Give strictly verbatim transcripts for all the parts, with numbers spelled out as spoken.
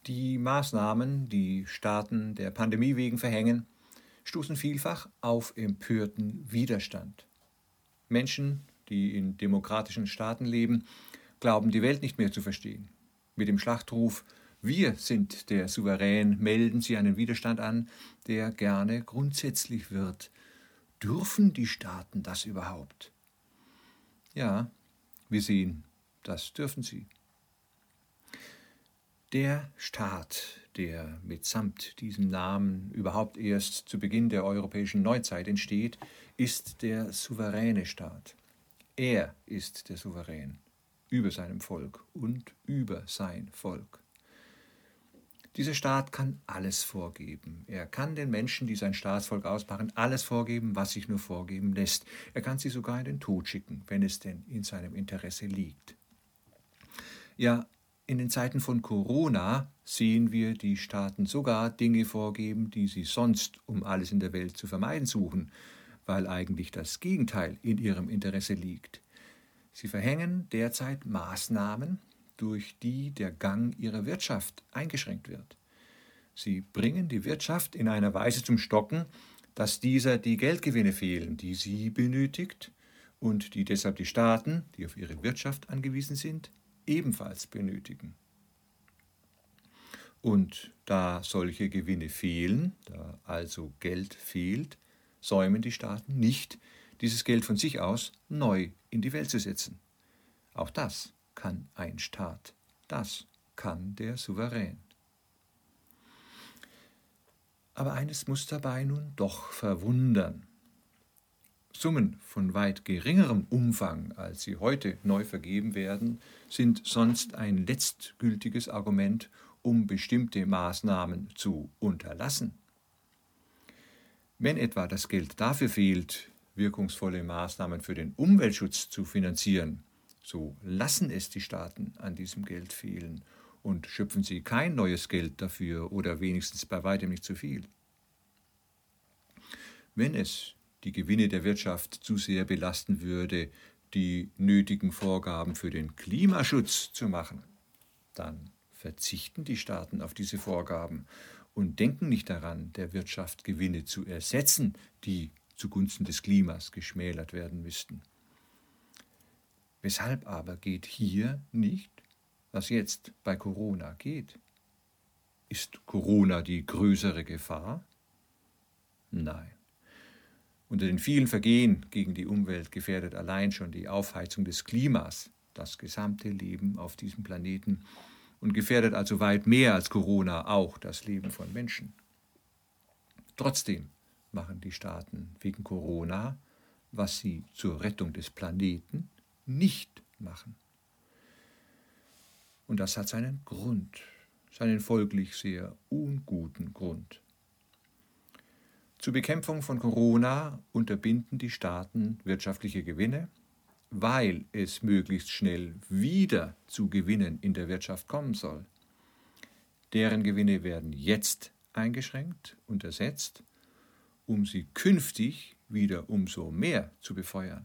Die Maßnahmen, die Staaten der Pandemie wegen verhängen, stoßen vielfach auf empörten Widerstand. Menschen, die in demokratischen Staaten leben, glauben, die Welt nicht mehr zu verstehen. Mit dem Schlachtruf „Wir sind der Souverän“ melden sie einen Widerstand an, der gerne grundsätzlich wird. Dürfen die Staaten das überhaupt? Ja, wir sehen, das dürfen sie. Der Staat, der mitsamt diesem Namen überhaupt erst zu Beginn der europäischen Neuzeit entsteht, ist der souveräne Staat. Er ist der Souverän über seinem Volk und über sein Volk. Dieser Staat kann alles vorgeben. Er kann den Menschen, die sein Staatsvolk ausmachen, alles vorgeben, was sich nur vorgeben lässt. Er kann sie sogar in den Tod schicken, wenn es denn in seinem Interesse liegt. Ja, in den Zeiten von Corona sehen wir die Staaten sogar Dinge vorgeben, die sie sonst um alles in der Welt zu vermeiden suchen, weil eigentlich das Gegenteil in ihrem Interesse liegt. Sie verhängen derzeit Maßnahmen, durch die der Gang ihrer Wirtschaft eingeschränkt wird. Sie bringen die Wirtschaft in einer Weise zum Stocken, dass dieser die Geldgewinne fehlen, die sie benötigt und die deshalb die Staaten, die auf ihre Wirtschaft angewiesen sind, ebenfalls benötigen. Und da solche Gewinne fehlen, da also Geld fehlt, säumen die Staaten nicht, dieses Geld von sich aus neu in die Welt zu setzen. Auch das kann ein Staat, das kann der Souverän. Aber eines muss dabei nun doch verwundern. Summen von weit geringerem Umfang, als sie heute neu vergeben werden, sind sonst ein letztgültiges Argument, um bestimmte Maßnahmen zu unterlassen. Wenn etwa das Geld dafür fehlt, wirkungsvolle Maßnahmen für den Umweltschutz zu finanzieren, so lassen es die Staaten an diesem Geld fehlen und schöpfen sie kein neues Geld dafür oder wenigstens bei weitem nicht zu viel. Wenn es die Gewinne der Wirtschaft zu sehr belasten würde, die nötigen Vorgaben für den Klimaschutz zu machen, dann verzichten die Staaten auf diese Vorgaben und denken nicht daran, der Wirtschaft Gewinne zu ersetzen, die zugunsten des Klimas geschmälert werden müssten. Weshalb aber geht hier nicht, was jetzt bei Corona geht? Ist Corona die größere Gefahr? Nein. Unter den vielen Vergehen gegen die Umwelt gefährdet allein schon die Aufheizung des Klimas das gesamte Leben auf diesem Planeten und gefährdet also weit mehr als Corona auch das Leben von Menschen. Trotzdem machen die Staaten wegen Corona, was sie zur Rettung des Planeten nicht machen. Und das hat seinen Grund, seinen folglich sehr unguten Grund. Zur Bekämpfung von Corona unterbinden die Staaten wirtschaftliche Gewinne, weil es möglichst schnell wieder zu Gewinnen in der Wirtschaft kommen soll. Deren Gewinne werden jetzt eingeschränkt und ersetzt, um sie künftig wieder umso mehr zu befeuern.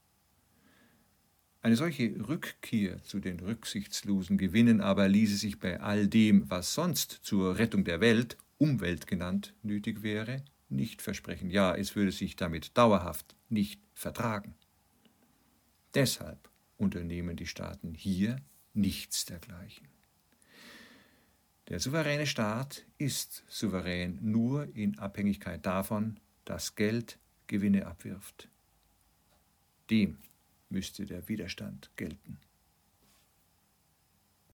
Eine solche Rückkehr zu den rücksichtslosen Gewinnen aber ließe sich bei all dem, was sonst zur Rettung der Welt, Umwelt genannt, nötig wäre, nicht versprechen. Ja, es würde sich damit dauerhaft nicht vertragen. Deshalb unternehmen die Staaten hier nichts dergleichen. Der souveräne Staat ist souverän nur in Abhängigkeit davon, dass Geld Gewinne abwirft. Dem müsste der Widerstand gelten.